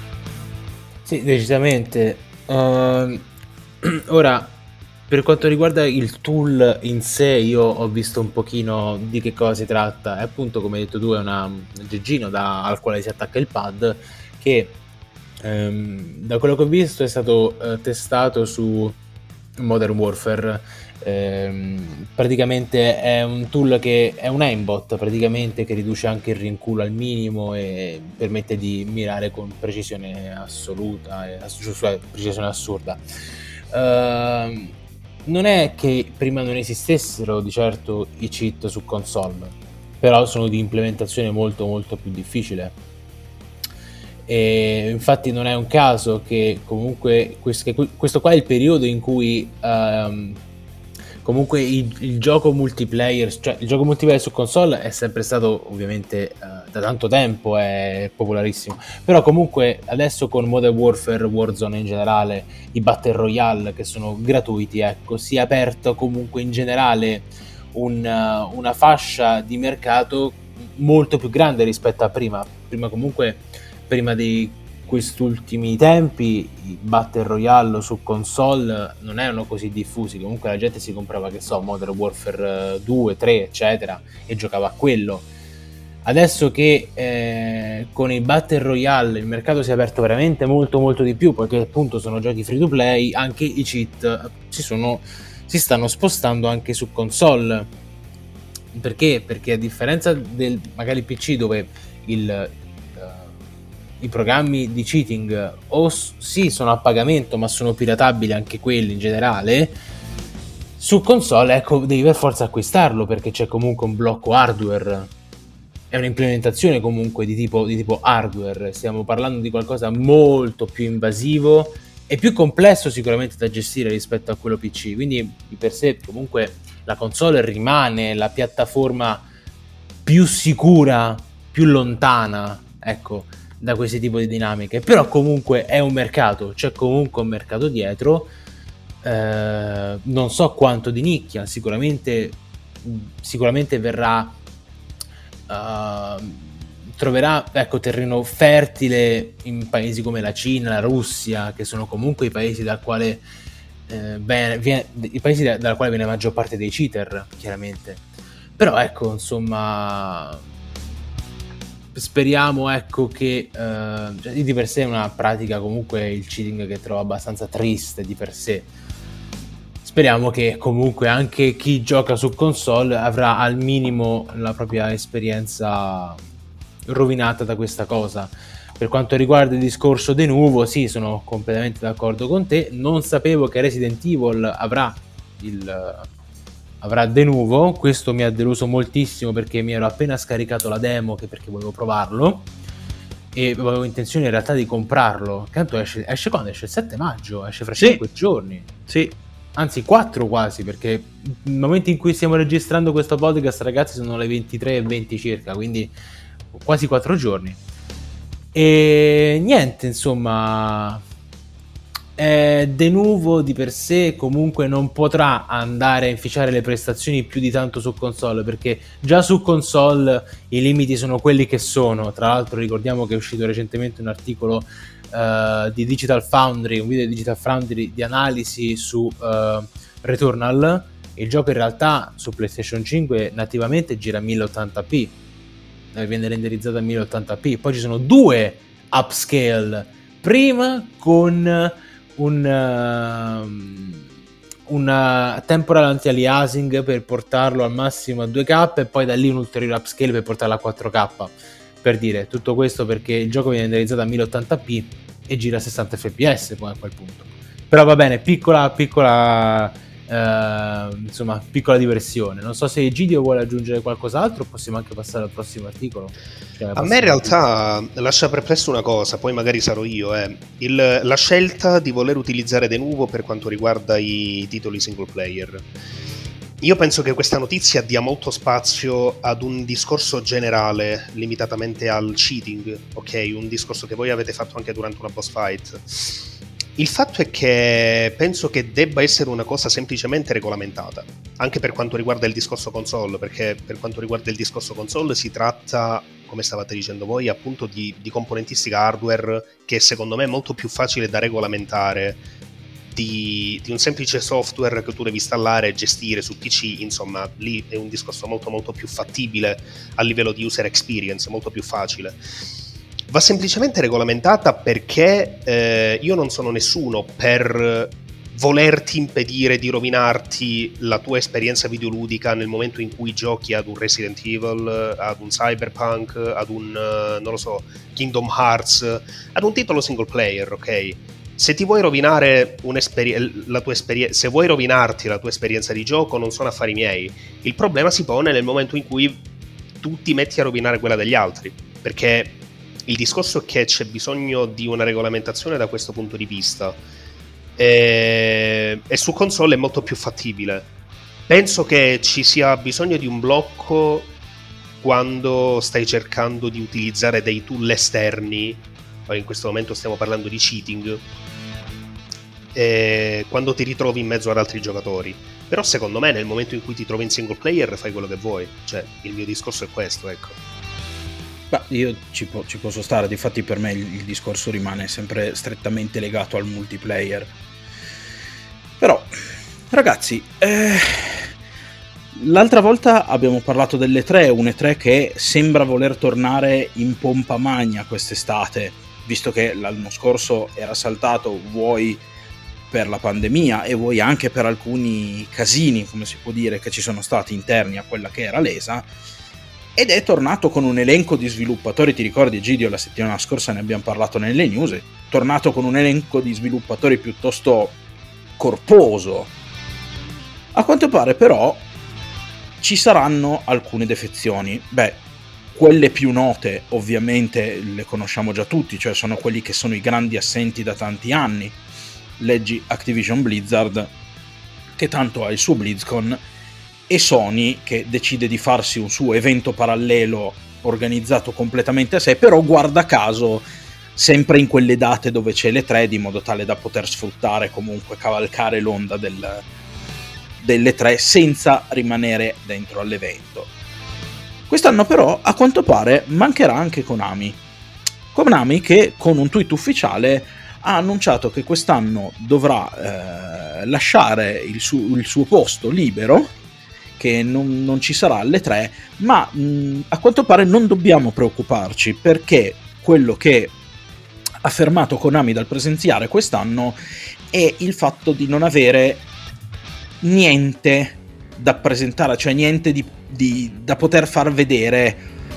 [SPEAKER 3] Sì, decisamente. Uh, ora, per quanto riguarda il tool in sé, io ho visto un pochino di che cosa si tratta. E appunto, come hai detto tu, è una, un geggino da, al quale si attacca il pad, che ehm, da quello che ho visto è stato eh, testato su Modern Warfare. Ehm, praticamente è un tool che è un aimbot, praticamente, che riduce anche il rinculo al minimo e permette di mirare con precisione assoluta e ass- precisione assurda. Ehm, non è che prima non esistessero di certo i cheat su console, però sono di implementazione molto molto più difficile. E infatti non è un caso che comunque questo, questo qua è il periodo in cui um, comunque il, il gioco multiplayer, cioè il gioco multiplayer su console è sempre stato ovviamente uh, da tanto tempo è popolarissimo, però comunque adesso con Modern Warfare, Warzone in generale, i Battle Royale che sono gratuiti, ecco, si è aperto comunque in generale un, uh, una fascia di mercato molto più grande rispetto a prima. Prima comunque prima di quest'ultimi tempi i Battle Royale su console non erano così diffusi, comunque la gente si comprava, che so, Modern Warfare due, tre, eccetera, e giocava a quello. Adesso che eh, con i Battle Royale il mercato si è aperto veramente molto molto di più, perché appunto sono giochi free to play, anche i cheat si, sono, si stanno spostando anche su console. Perché? Perché a differenza del magari P C, dove il i programmi di cheating o sì sono a pagamento ma sono piratabili anche quelli in generale, Su console, ecco, devi per forza acquistarlo perché c'è comunque un blocco hardware, è un'implementazione comunque di tipo, di tipo hardware, stiamo parlando di qualcosa molto più invasivo e più complesso sicuramente da gestire rispetto a quello P C, quindi di per sé comunque la console rimane la piattaforma più sicura, più lontana, ecco, da questi tipi di dinamiche, però comunque è un mercato, c'è comunque un mercato dietro. Eh, non so quanto di nicchia, sicuramente sicuramente verrà uh, troverà ecco terreno fertile in paesi come la Cina, la Russia, che sono comunque i paesi dal quale eh, viene, viene, i paesi da, dal quale viene la maggior parte dei cheater, chiaramente. Però ecco, insomma, speriamo ecco che eh, di per sé è una pratica comunque il cheating che trovo abbastanza triste di per sé. Speriamo che comunque anche chi gioca su console avrà al minimo la propria esperienza rovinata da questa cosa. Per quanto riguarda il discorso de nuovo, sì, sono completamente d'accordo con te. Non sapevo che Resident Evil avrà il avrà de nuovo, questo mi ha deluso moltissimo perché mi ero appena scaricato la demo che perché volevo provarlo e avevo intenzione in realtà di comprarlo. Tanto esce, esce quando? Esce il sette maggio, esce fra
[SPEAKER 1] sì.
[SPEAKER 3] cinque giorni.
[SPEAKER 1] Sì.
[SPEAKER 3] Anzi quattro quasi, perché nel momento in cui stiamo registrando questo podcast, ragazzi, sono le ventitré e venti circa, quindi quasi quattro giorni. E niente, insomma, eh, de nuovo di per sé comunque non potrà andare a inficiare le prestazioni più di tanto su console, perché già su console i limiti sono quelli che sono. Tra l'altro ricordiamo che è uscito recentemente un articolo Uh, di Digital Foundry, un video di Digital Foundry di analisi su uh, Returnal. Il gioco in realtà su PlayStation cinque nativamente gira a mille ottanta p, viene renderizzato a mille ottanta p. Poi ci sono due upscale, prima con un uh, un temporal anti-aliasing per portarlo al massimo a due K e poi da lì un ulteriore upscale per portarlo a quattro K. Per dire tutto questo perché il gioco viene renderizzato a mille ottanta p e gira a sessanta F P S poi a quel punto. Però va bene, piccola piccola eh, insomma piccola diversione. Non so se Egidio vuole aggiungere qualcos'altro, possiamo anche passare al prossimo articolo. Cioè,
[SPEAKER 2] a me in realtà articolo. lascia perplesso una cosa, poi magari sarò io, eh. Il, la scelta di voler utilizzare de nuovo per quanto riguarda i titoli single player. Io penso che questa notizia dia molto spazio ad un discorso generale limitatamente al cheating, ok? Un discorso che voi avete fatto anche durante una boss fight. Il fatto è che penso che debba essere una cosa semplicemente regolamentata, anche per quanto riguarda il discorso console, perché per quanto riguarda il discorso console si tratta, come stavate dicendo voi, appunto di, di componentistica hardware che secondo me è molto più facile da regolamentare Di, di un semplice software che tu devi installare e gestire su P C. Insomma, lì è un discorso molto molto più fattibile a livello di user experience, molto più facile. Va semplicemente regolamentata perché eh, io non sono nessuno per volerti impedire di rovinarti la tua esperienza videoludica nel momento in cui giochi ad un Resident Evil, ad un Cyberpunk, ad un, non lo so, Kingdom Hearts, ad un titolo single player, ok? Se ti vuoi rovinare la tua esperienza, se vuoi rovinarti la tua esperienza di gioco, non sono affari miei. Il problema si pone nel momento in cui tu ti metti a rovinare quella degli altri, perché il discorso è che c'è bisogno di una regolamentazione da questo punto di vista e, e su console è molto più fattibile. Penso che ci sia bisogno di un blocco quando stai cercando di utilizzare dei tool esterni. In questo momento stiamo parlando di cheating, eh, quando ti ritrovi in mezzo ad altri giocatori. Però secondo me nel momento in cui ti trovi in single player fai quello che vuoi. Cioè, il mio discorso è questo, ecco.
[SPEAKER 1] Beh, io ci, po- ci posso stare, difatti per me il, il discorso rimane sempre strettamente legato al multiplayer. Però, ragazzi, eh, l'altra volta abbiamo parlato dell'E tre, un E tre che sembra voler tornare in pompa magna quest'estate, visto che l'anno scorso era saltato, vuoi per la pandemia e vuoi anche per alcuni casini, come si può dire, che ci sono stati interni a quella che era l'E S A, ed è tornato con un elenco di sviluppatori. Ti ricordi, Egidio, la settimana scorsa ne abbiamo parlato nelle news, è tornato con un elenco di sviluppatori piuttosto corposo. A quanto pare però ci saranno alcune defezioni. Beh, quelle più note ovviamente le conosciamo già tutti, cioè sono quelli che sono i grandi assenti da tanti anni. Leggi Activision Blizzard, che tanto ha il suo BlizzCon, e Sony, che decide di farsi un suo evento parallelo organizzato completamente a sé, però guarda caso sempre in quelle date dove c'è le tre, di modo tale da poter sfruttare, comunque cavalcare l'onda del, delle tre senza rimanere dentro all'evento. Quest'anno però a quanto pare mancherà anche Konami. Konami che con un tweet ufficiale ha annunciato che quest'anno dovrà eh, lasciare il, su- il suo posto libero, che non, non ci sarà alle tre, ma mh, a quanto pare non dobbiamo preoccuparci, perché quello che ha fermato Konami dal presenziare quest'anno è il fatto di non avere niente da presentare, cioè niente di, di, da poter far vedere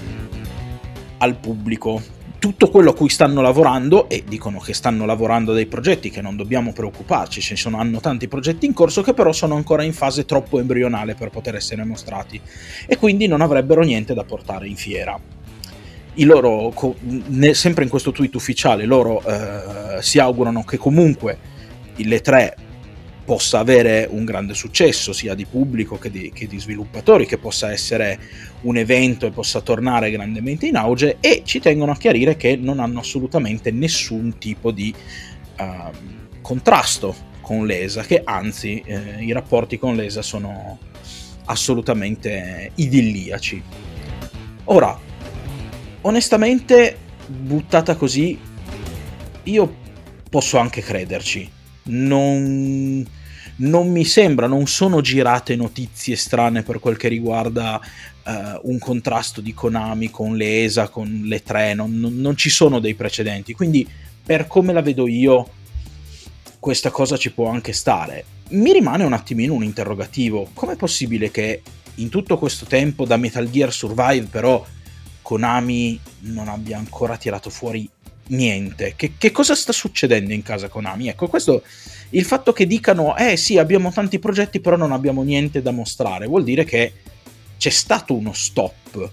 [SPEAKER 1] al pubblico. Tutto quello a cui stanno lavorando, e dicono che stanno lavorando a dei progetti, che non dobbiamo preoccuparci, ci sono, hanno tanti progetti in corso che però sono ancora in fase troppo embrionale per poter essere mostrati, e quindi non avrebbero niente da portare in fiera. I loro, sempre in questo tweet ufficiale, loro eh, si augurano che comunque le tre possa avere un grande successo, sia di pubblico che di, che di sviluppatori, che possa essere un evento e possa tornare grandemente in auge, e ci tengono a chiarire che non hanno assolutamente nessun tipo di uh, contrasto con l'E S A, che anzi eh, i rapporti con l'E S A sono assolutamente idilliaci. Ora, onestamente, buttata così, io posso anche crederci. Non, non mi sembra, non sono girate notizie strane per quel che riguarda uh, un contrasto di Konami con l'E S A, con le tre, non, non, non ci sono dei precedenti, quindi per come la vedo io questa cosa ci può anche stare. Mi rimane un attimino un interrogativo: com'è possibile che in tutto questo tempo da Metal Gear Survive però Konami non abbia ancora tirato fuori niente? Che, che cosa sta succedendo in casa Konami? Ecco, questo, il fatto che dicano eh sì, abbiamo tanti progetti però non abbiamo niente da mostrare, vuol dire che c'è stato uno stop,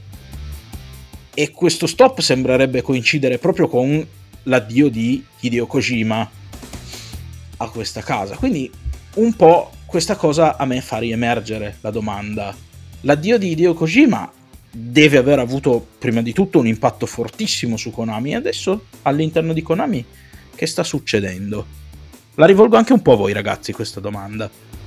[SPEAKER 1] e questo stop sembrerebbe coincidere proprio con l'addio di Hideo Kojima a questa casa. Quindi un po' questa cosa a me fa riemergere la domanda: l'addio di Hideo Kojima deve aver avuto prima di tutto un impatto fortissimo su Konami, e adesso all'interno di Konami che sta succedendo? La rivolgo anche un po' a voi ragazzi questa domanda.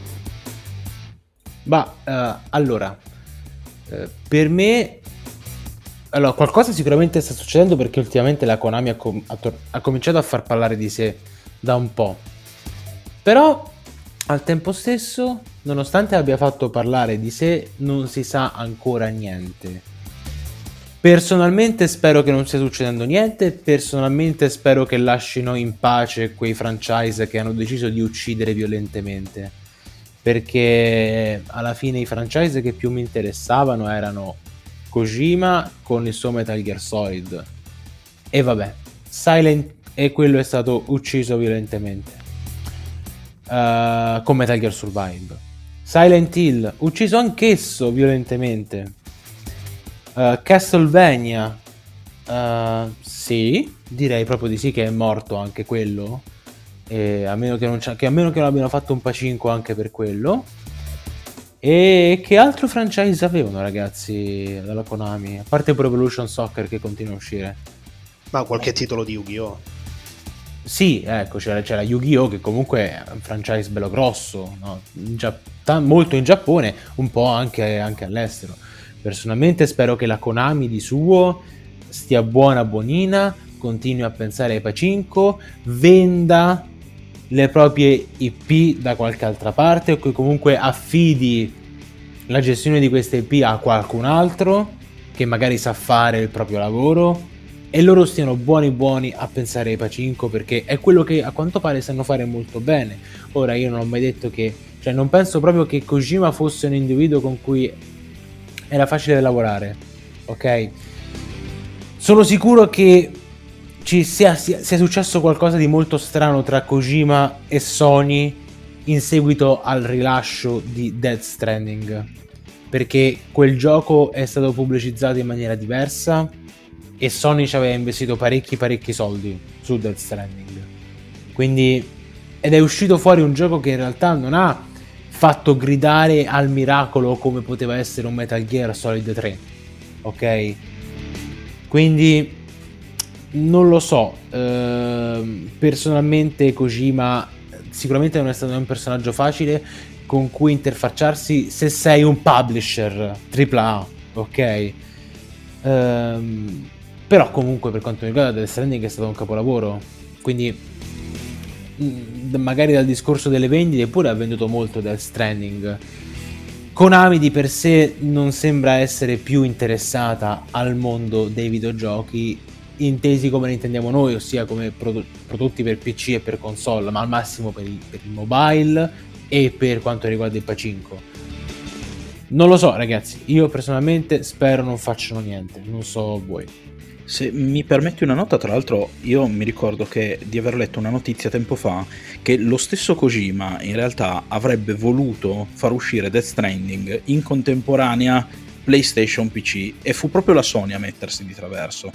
[SPEAKER 3] Ma uh, allora uh, per me allora qualcosa sicuramente sta succedendo, perché ultimamente la Konami ha, com- ha, tor- ha cominciato a far parlare di sé da un po', però al tempo stesso, nonostante abbia fatto parlare di sé, non si sa ancora niente. Personalmente spero che non stia succedendo niente, personalmente spero che lasciino in pace quei franchise che hanno deciso di uccidere violentemente, perché alla fine i franchise che più mi interessavano erano Kojima con il suo Metal Gear Solid, e vabbè, Silent, e quello è stato ucciso violentemente. Uh, con Metal Gear Survive. Silent Hill ucciso anch'esso violentemente. uh, Castlevania uh, sì, direi proprio di sì che è morto anche quello, e a meno che non, che a meno che non abbiano fatto un pacinco anche per quello. E che altro franchise avevano ragazzi dalla Konami, a parte Pro Evolution Soccer che continua a uscire?
[SPEAKER 2] Ma qualche titolo di Yu-Gi-Oh!
[SPEAKER 3] Sì, ecco, c'era, c'era Yu-Gi-Oh! Che comunque è un franchise bello grosso, no? in Gia- t- molto in Giappone, un po' anche, anche all'estero. Personalmente spero che la Konami di suo stia buona buonina, continui a pensare ai pacinco, venda le proprie I P da qualche altra parte, o che comunque affidi la gestione di queste I P a qualcun altro che magari sa fare il proprio lavoro, e loro stiano buoni buoni a pensare ai pacinco, perché è quello che a quanto pare sanno fare molto bene. Ora io non ho mai detto che, cioè non penso proprio che Kojima fosse un individuo con cui era facile lavorare, ok? Sono sicuro che ci sia, sia, sia successo qualcosa di molto strano tra Kojima e Sony in seguito al rilascio di Death Stranding, perché quel gioco è stato pubblicizzato in maniera diversa e Sony ci aveva investito parecchi parecchi soldi su Death Stranding, quindi ed è uscito fuori un gioco che in realtà non ha fatto gridare al miracolo come poteva essere un Metal Gear Solid tre, ok? Quindi non lo so, ehm, personalmente Kojima sicuramente non è stato un personaggio facile con cui interfacciarsi se sei un publisher tripla A, ok? Ehm, però comunque per quanto mi riguarda Death Stranding è stato un capolavoro, quindi mh, magari dal discorso delle vendite pure ha venduto molto Death Stranding. Konami di per sé non sembra essere più interessata al mondo dei videogiochi intesi come ne intendiamo noi, ossia come prodo- prodotti per P C e per console, ma al massimo per il, per il mobile e per quanto riguarda il Pacinco. Non lo so ragazzi, io personalmente spero non facciano niente, non so voi.
[SPEAKER 1] Se mi permetti una nota, tra l'altro io mi ricordo che di aver letto una notizia tempo fa che lo stesso Kojima in realtà avrebbe voluto far uscire Death Stranding in contemporanea PlayStation P C e fu proprio la Sony a mettersi di traverso.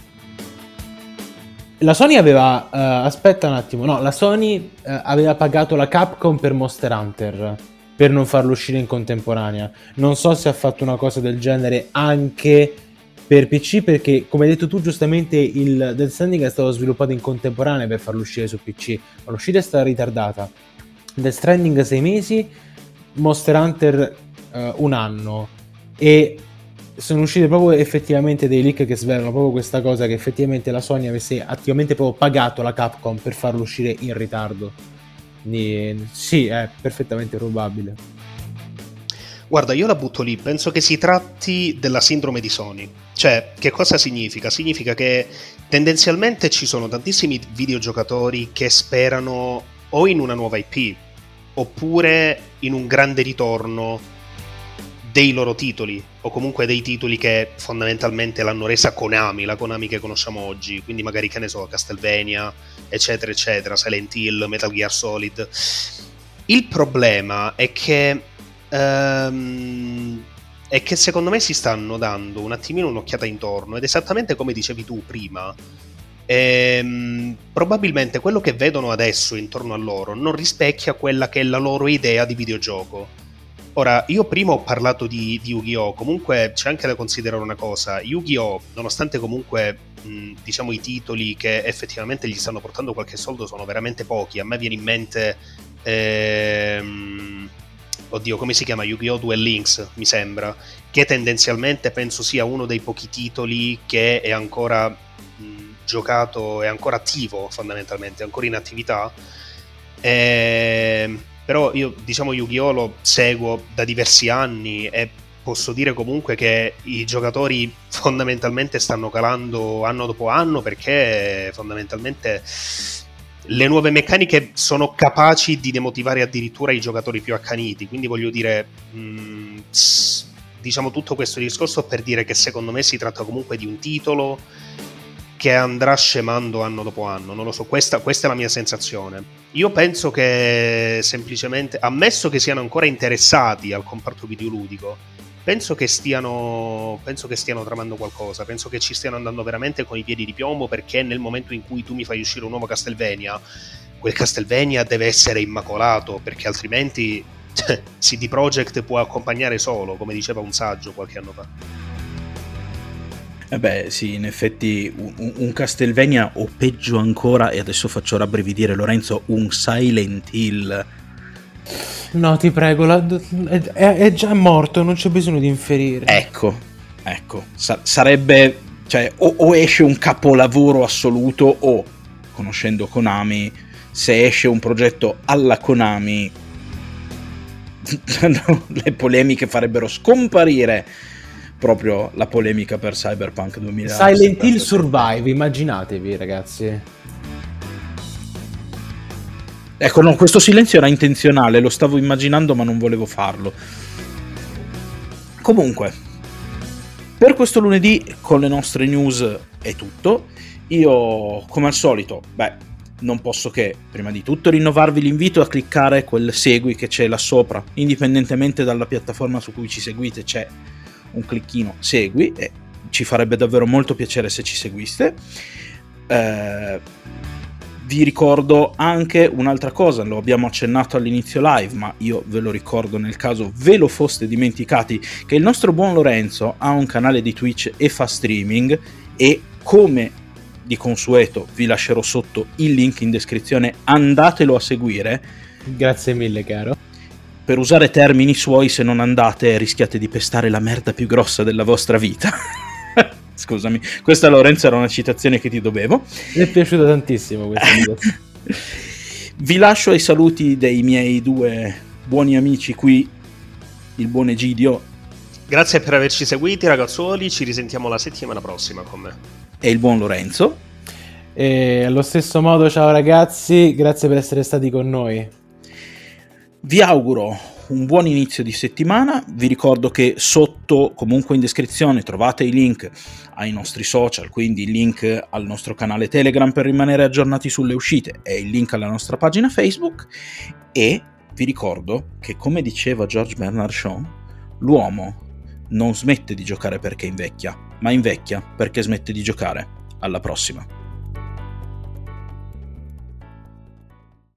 [SPEAKER 3] La Sony aveva uh, aspetta un attimo, no, la Sony uh, aveva pagato la Capcom per Monster Hunter per non farlo uscire in contemporanea. Non so se ha fatto una cosa del genere anche per P C, perché come hai detto tu giustamente il Death Stranding è stato sviluppato in contemporanea per farlo uscire su P C, ma l'uscita è stata ritardata. Death Stranding sei mesi, Monster Hunter uh, un anno, e sono usciti proprio effettivamente dei leak che svelano proprio questa cosa, che effettivamente la Sony avesse attivamente proprio pagato la Capcom per farlo uscire in ritardo. Quindi sì, è perfettamente probabile.
[SPEAKER 2] Guarda, io la butto lì, penso che si tratti della sindrome di Sony. Cioè, che cosa significa? Significa che tendenzialmente ci sono tantissimi videogiocatori che sperano o in una nuova I P oppure in un grande ritorno dei loro titoli, o comunque dei titoli che fondamentalmente l'hanno resa Konami, la Konami che conosciamo oggi, quindi magari, che ne so, Castlevania, eccetera eccetera, Silent Hill, Metal Gear Solid. Il problema è che ehm, è che secondo me si stanno dando un attimino un'occhiata intorno, ed esattamente come dicevi tu prima, ehm, probabilmente quello che vedono adesso intorno a loro non rispecchia quella che è la loro idea di videogioco. Ora, io prima ho parlato di, di Yu-Gi-Oh! Comunque c'è anche da considerare una cosa: Yu-Gi-Oh!, nonostante comunque mh, diciamo i titoli che effettivamente gli stanno portando qualche soldo sono veramente pochi. A me viene in mente ehm, oddio, come si chiama? Yu-Gi-Oh! Duel Links, mi sembra, che tendenzialmente penso sia uno dei pochi titoli che è ancora mh, giocato, è ancora attivo, fondamentalmente, è ancora in attività. Ehm Però io, diciamo, Yu-Gi-Oh! Lo seguo da diversi anni e posso dire comunque che i giocatori fondamentalmente stanno calando anno dopo anno, perché fondamentalmente le nuove meccaniche sono capaci di demotivare addirittura i giocatori più accaniti. Quindi voglio dire, mh, diciamo tutto questo discorso per dire che secondo me si tratta comunque di un titolo che andrà scemando anno dopo anno, non lo so, questa, questa è la mia sensazione. Io penso che semplicemente, ammesso che siano ancora interessati al comparto videoludico, penso che stiano penso che stiano tramando qualcosa, penso che ci stiano andando veramente con i piedi di piombo, perché nel momento in cui tu mi fai uscire un nuovo Castlevania, quel Castlevania deve essere immacolato, perché altrimenti C D Projekt può accompagnare solo, come diceva un saggio qualche anno fa.
[SPEAKER 1] Eh beh, sì, in effetti un, un Castlevania, o peggio ancora, e adesso faccio rabbrividire Lorenzo, un Silent Hill.
[SPEAKER 3] No, ti prego, la, è, è già morto, non c'è bisogno di inferire.
[SPEAKER 1] Ecco, ecco, sa- sarebbe, cioè, o, o esce un capolavoro assoluto, o, conoscendo Konami, se esce un progetto alla Konami, le polemiche farebbero scomparire proprio la polemica per Cyberpunk duemilasettantasette.
[SPEAKER 3] Silent Hill Survive, immaginatevi ragazzi.
[SPEAKER 1] Ecco, no, questo silenzio era intenzionale, lo stavo immaginando ma non volevo farlo. Comunque, per questo lunedì con le nostre news è tutto. Io, come al solito, beh, non posso che, prima di tutto, rinnovarvi l'invito a cliccare quel segui che c'è là sopra, indipendentemente dalla piattaforma su cui ci seguite c'è un clicchino segui e ci farebbe davvero molto piacere se ci seguiste. Eh, vi ricordo anche un'altra cosa, lo abbiamo accennato all'inizio live, ma io ve lo ricordo nel caso ve lo foste dimenticati, che il nostro buon Lorenzo ha un canale di Twitch e fa streaming, e come di consueto vi lascerò sotto il link in descrizione, andatelo a seguire.
[SPEAKER 3] Grazie mille, caro.
[SPEAKER 1] Per usare termini suoi, se non andate rischiate di pestare la merda più grossa della vostra vita. Scusami, questa, Lorenzo, era una citazione che ti dovevo.
[SPEAKER 3] Mi è piaciuta tantissimo questa
[SPEAKER 1] Vi lascio ai saluti dei miei due buoni amici qui, il buon Egidio.
[SPEAKER 2] Grazie per averci seguiti, ragazzuoli, ci risentiamo la settimana prossima con me.
[SPEAKER 1] E il buon Lorenzo.
[SPEAKER 3] E allo stesso modo, ciao ragazzi, grazie per essere stati con noi.
[SPEAKER 1] Vi auguro un buon inizio di settimana. Vi ricordo che sotto, comunque in descrizione, trovate i link ai nostri social, quindi il link al nostro canale Telegram per rimanere aggiornati sulle uscite e il link alla nostra pagina Facebook. E vi ricordo che, come diceva George Bernard Shaw, l'uomo non smette di giocare perché invecchia, ma invecchia perché smette di giocare. Alla prossima.